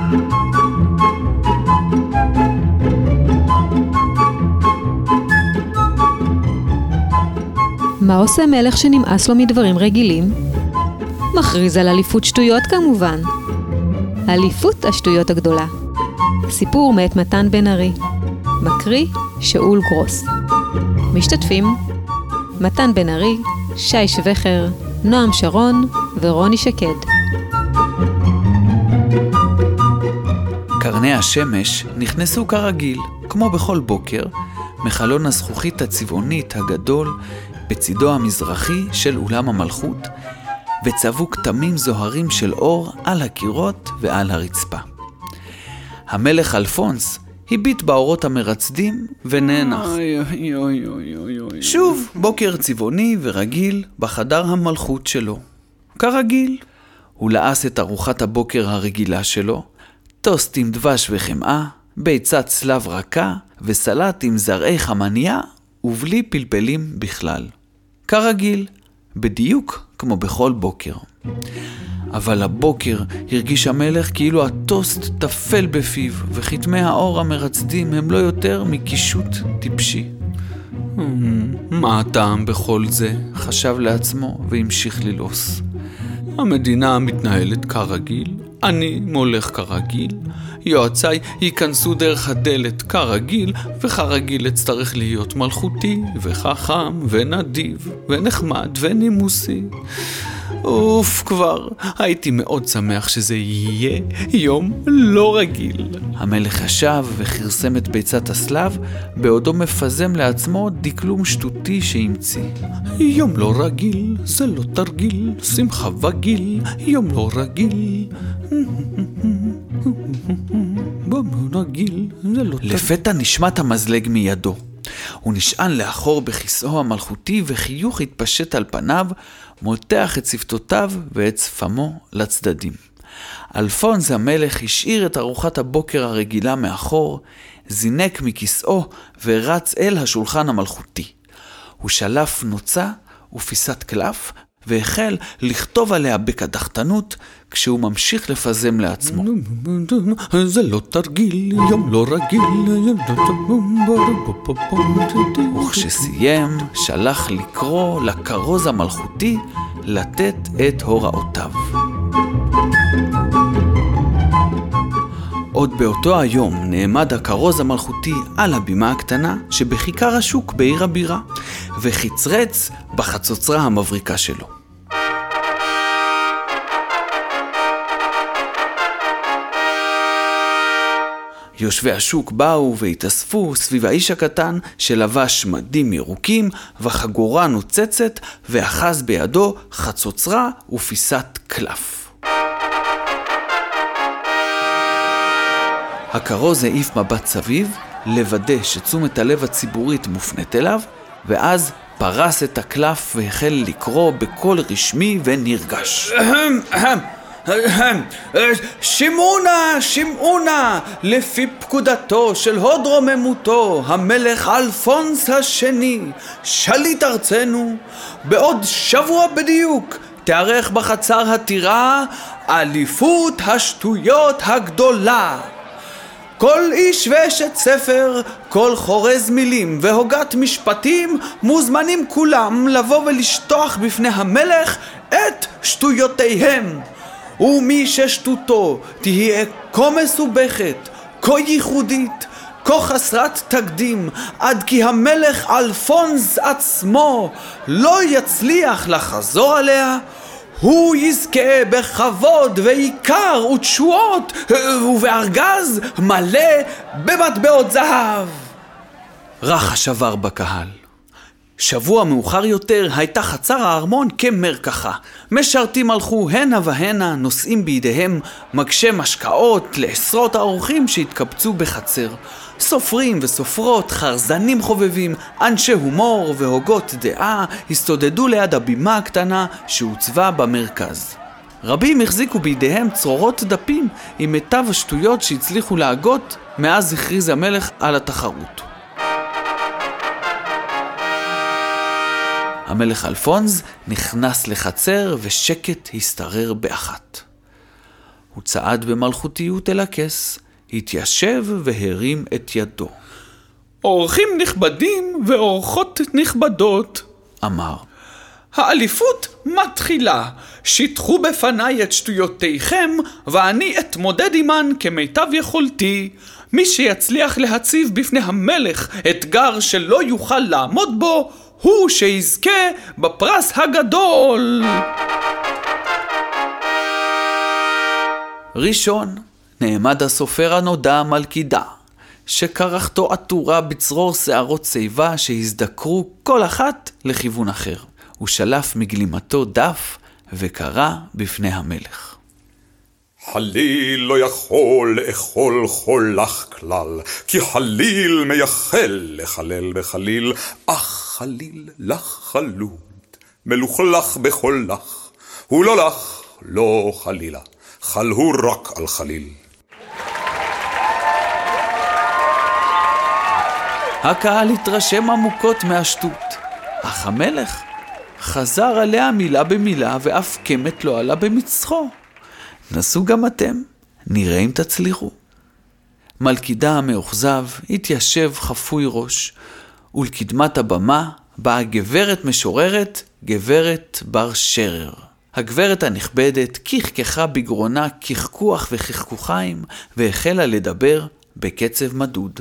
מה עושה מלך שנמאס לו מדברים רגילים? מכריז על אליפות שטויות כמובן. אליפות השטויות הגדולה. סיפור מאת מתן בן ארי. מקריא שאול גרוס. משתתפים מתן בן ארי, שי שווכר, נועם שרון ורוני שקד. קרני השמש נכנסו כרגיל, כמו בכל בוקר, מחלון הזכוכית הצבעונית הגדול בצידו המזרחי של אולם המלכות, וצבו כתמים זוהרים של אור על הקירות ועל הרצפה. המלך אלפונס הביט באורות המרצדים ונאנח. שוב בוקר צבעוני ורגיל בחדר המלכות שלו. כרגיל, הוא לעס את ארוחת הבוקר הרגילה שלו, טוסט עם דבש וחמאה, ביצת צלב רכה וסלט עם זרעי חמניה ובלי פלפלים בכלל. כרגיל, בדיוק כמו בכל בוקר. אבל הבוקר הרגיש המלך כאילו הטוסט תפל בפיו, וחתמי האור המרצדים הם לא יותר מקישוט טיפשי. מה הטעם בכל זה? חשב לעצמו והמשיך ללעוס. המדינה מתנהלת כרגיל, אני מולך כרגיל, יועציי ייכנסו דרך הדלת כרגיל, וכרגיל אצטרך להיות מלכותי וחכם ונדיב ונחמד ונימוסי. אוף, כבר הייתי מאוד שמח שזה יהיה יום לא רגיל. המלך ישב וחרסם את ביצת הסלב בעודו מפזם לעצמו דקלום שטותי שהמציא. יום לא רגיל, זה לא תרגיל, שמחה וגיל, יום לא רגיל. לפתע נשמט המזלג מידו. הוא נשען לאחור בכיסאו המלכותי וחיוך התפשט על פניו, מותח את שפתותיו ואת שפמו לצדדים. אלפונס המלך השאיר את ארוחת הבוקר הרגילה מאחור, זינק מכיסאו ורץ אל השולחן המלכותי. הוא שלף נוצה ופיסת קלף והחל לכתוב עליה בקדחתנות כשהוא ממשיך לפזם לעצמו. זה לא תרגיל, יום לא רגיל. וכשסיים, שלח לקרוא לכרוז המלכותי לתת את הוראותיו. עוד באותו היום נעמד הכרוז המלכותי על הבימה הקטנה שבכיכר השוק בעיר הבירה, וחיצרץ בחצוצרה המבריקה שלו. יושבי השוק באו והתאספו סביב האיש הקטן שלבש מדים ירוקים וחגורה נוצצת ואחז בידו חצוצרה ופיסת קלף. הכרוז העיף מבט סביב, לוודא שתשומת הלב הציבורית מופנית אליו, ואז פרס את הקלף והחל לקרוא בקול רשמי ונרגש. שמעונה, לפי פקודתו של הוד רוממותו, המלך אלפונס השני, שליט ארצנו, בעוד שבוע בדיוק תארך בחצר הטירה אליפות השטויות הגדולה. כל איש ואשת ספר, כל חורז מילים והוגת משפטים, מוזמנים כולם לבוא ולשטוח בפני המלך את שטויותיהם. ומי ששטותו תהיה כה מסובכת, כה ייחודית, כה חסרת תקדים, עד כי המלך אלפונס עצמו לא יצליח לחזור עליה, הוא יזכה בכבוד ועיקר ותשועות ובארגז מלא במטבעות זהב. רחש עבר בקהל. שבוע מאוחר יותר הייתה חצר הארמון כמרקחה. משרתים הלכו הנה והנה, נושאים בידיהם מגשי משקאות לעשרות האורחים שהתקבצו בחצר. סופרים וסופרות, חרזנים חובבים, אנשי הומור והוגות דעה הסתודדו ליד הבימה הקטנה שהוצבה במרכז. רבים החזיקו בידיהם צרורות דפים עם מיטב השטויות שהצליחו להגות מאז הכריז המלך על התחרות. המלך אלפונס נכנס לחצר ושקט הסתרר באחת. הוא צעד במלכותיות אל הכס, התיישב והרים את ידו. אורחים נכבדים ואורחות נכבדות, אמר. האליפות מתחילה, שיתחו בפניי את שטויותיכם, ואני אתמודד עמן כמיטב יכולתי. מי שיצליח להציב בפני המלך אתגר שלא יוכל לעמוד בו, הוא שיזכה בפרס הגדול. ראשון נעמד הסופר הנודע מלכידה, שקרחתו עטורה בצרור שערות שיבה שהזדקרו כל אחת לכיוון אחר. הוא שלף מגלימתו דף וקרא בפני המלך. חליל לא יכול לאכול חולך כלל, כי חליל מייחל לחלל בחליל, אך חליל לך חלוד, מלוכלך בחולך, הוא לא לך, לא חלילה, חל הוא רק על חליל. הקהל התרשם עמוקות מהשטות, אך המלך חזר עליה מילה במילה ואף קמת לא עלה במצחו. נסו גם אתם, נראה אם תצליחו. מלכידה המאוכזב התיישב חפוי ראש, ולקדמת הבמה באה גברת משוררת, גברת בר שרר. הגברת הנכבדת כחככה בגרונה כחכוח וכחכוחיים, והחלה לדבר בקצב מדוד.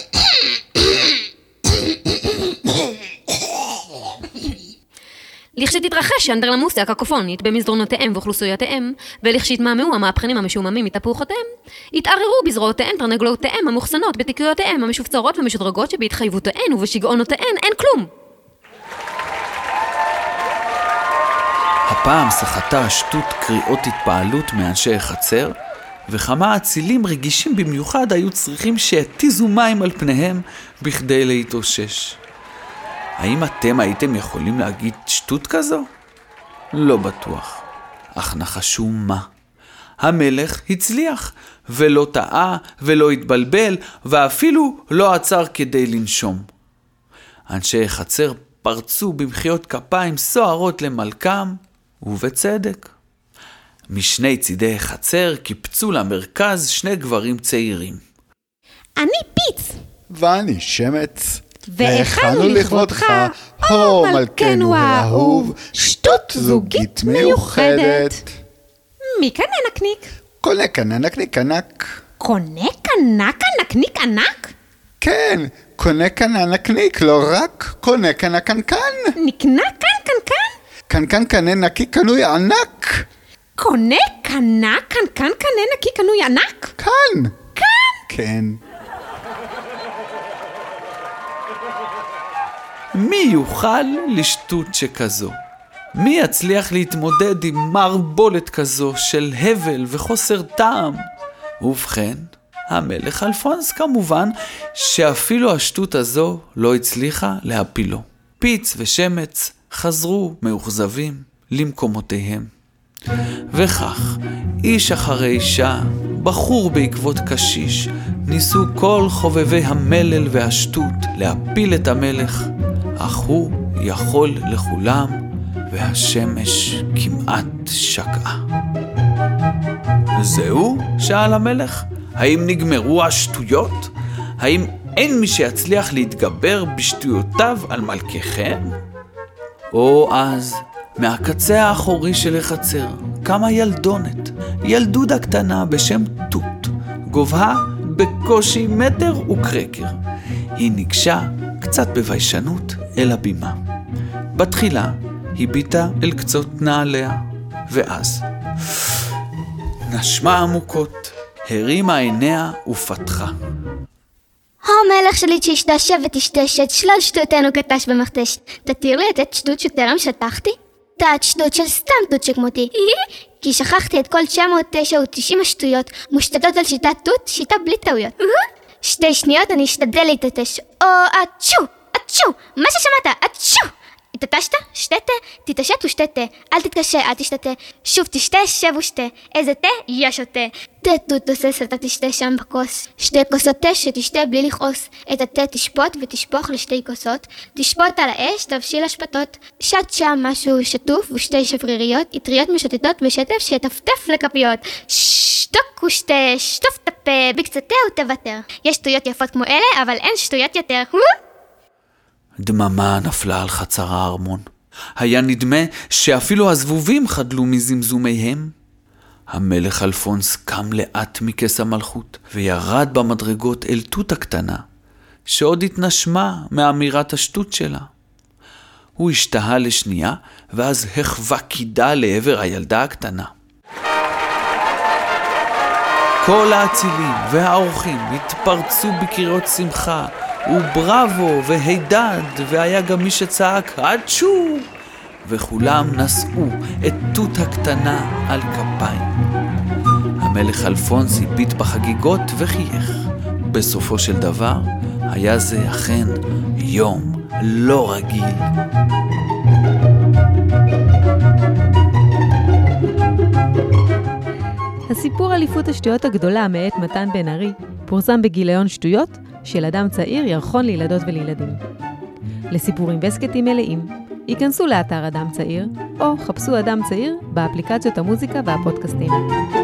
לכשתתרחש האנדרלמוסיה הקקופונית במסדרונותיהם ואוכלוסויותיהם, ולכשתמהמהו המהפכנים המשוממים מתפוחותיהם, יתערערו בזרועותיהם תרנגולותיהם המוחסנות בתיקויותיהם המשופצרות ומשודרגות שבהתחייבותיהן ובשיגעונותיהן אין כלום. הפעם סחטה השטות קריאות התפעלות מאנשי החצר, וכמה אצילים רגישים במיוחד היו צריכים שיתיזו מים על פניהם בכדי להתאושש. האם אתם הייתם יכולים להגיד שטות כזו? לא בטוח. אך נחשו מה? המלך הצליח, ולא טעה ולא התבלבל, ואפילו לא עצר כדי לנשום. אנשי חצר פרצו במחיאות כפיים סוערות למלכם, ובצדק. משני צידי חצר קיפצו למרכז שני גברים צעירים. אני פיץ. ואני שמץ. והכנו לכבודך, הו מלכנו האהוב, שטות זוגית מיוחדת. מי קנה נקניק? קונה קנה נקניק ענק. קונה קנה נקניק ענק? כן, קונה קנה נקניק, לא רק קונה קנה קנקן. נקנה קנקן? קנקן קנה נקי קנוי ענק. קונה קנה קנקן קנה נקי קנוי ענק? כאן. כאן? כן. מי יוכל לשטות שכזו? מי יצליח להתמודד עם מערבולת כזו של הבל וחוסר טעם? ובכן, המלך אלפונס כמובן, שאפילו השטות הזו לא הצליחה להפילו. פיץ ושמץ חזרו מאוכזבים למקומותיהם. וכך, איש אחרי אישה, בחור בעקבות קשיש, ניסו כל חובבי המלל והשטות להפיל את המלך, אך הוא יכול לכולם, והשמש כמעט שקעה. זהו? שאל המלך. האם נגמרו השטויות? האם אין מי שיצליח להתגבר בשטויותיו על מלככם? או אז, מהקצה האחורי של החצר, קמה ילדונת, ילדודה קטנה בשם תות, גובהה בקושי מטר וקרקר. היא ניגשה קצת בביישנות אל הבימה. בתחילה הביטה אל קצות נעליה, ואז נשמה עמוקות, הרימה עיניה ופתחה. המלך שלי שהשתשב ותשתשת, שלל שטותינו כתש במכתש. תתיר לי לתת שטות שטרם שטחתי? תת שטות של סתם תות שכמותי. כי שכחתי את כל 990 השטויות, מושתתות על שיטת תות, שיטה בלי טעויות. 2 שניות אני אשתדל להתעטש. או אצ'ו, מה ששמעת, אצ'ו. התעטשת? שתה תה, תתעשת ושתה תה, אל תתקשה, אל תשתה, שוב תשתה, שב ושתה, איזה תה? יש עוד תה. תה תוסס אתה תשתה שם בכוס, 2 כוסות תה שתשתה בלי לכעוס, את התה תשפוט ותשפוך ל2 כוסות, תשפוט על האש, תבשיל השפטות, שט שם משהו שטוף ו2 שבריריות, אטריות משוטטות ושטף שטפטף לכפיות, שתוק ושתה, שטוף את הפה, בקצת תה ותוותר. יש שטויות יפות כמו אלה, אבל אין שטויות יותר. דממה נפלה על חצר הארמון. היה נדמה שאפילו הזבובים חדלו מזמזומיהם. המלך אלפונס קם לאט מכס המלכות, וירד במדרגות אל תות הקטנה, שעוד התנשמה מאמירת השטות שלה. הוא השתהה לשנייה, ואז החווה קידה לעבר הילדה הקטנה. כל האצילים והאורחים התפרצו בקריאות שמחה, ובראבו והידד, והיה גם מי שצעק עדשו, וכולם נשאו את תות הקטנה על כפיים. המלך אלפונס הביט בחגיגות וחייך. בסופו של דבר היה זה אכן יום לא רגיל. הסיפור אליפות השטויות הגדולה מאת מתן בן ארי פורסם בגיליון שטויות של אדם צעיר ירחון לילדות ולילדים. לסיפורים וסקטים מלאים, היכנסו לאתר אדם צעיר, או חפשו אדם צעיר באפליקציות המוזיקה והפודקאסטים.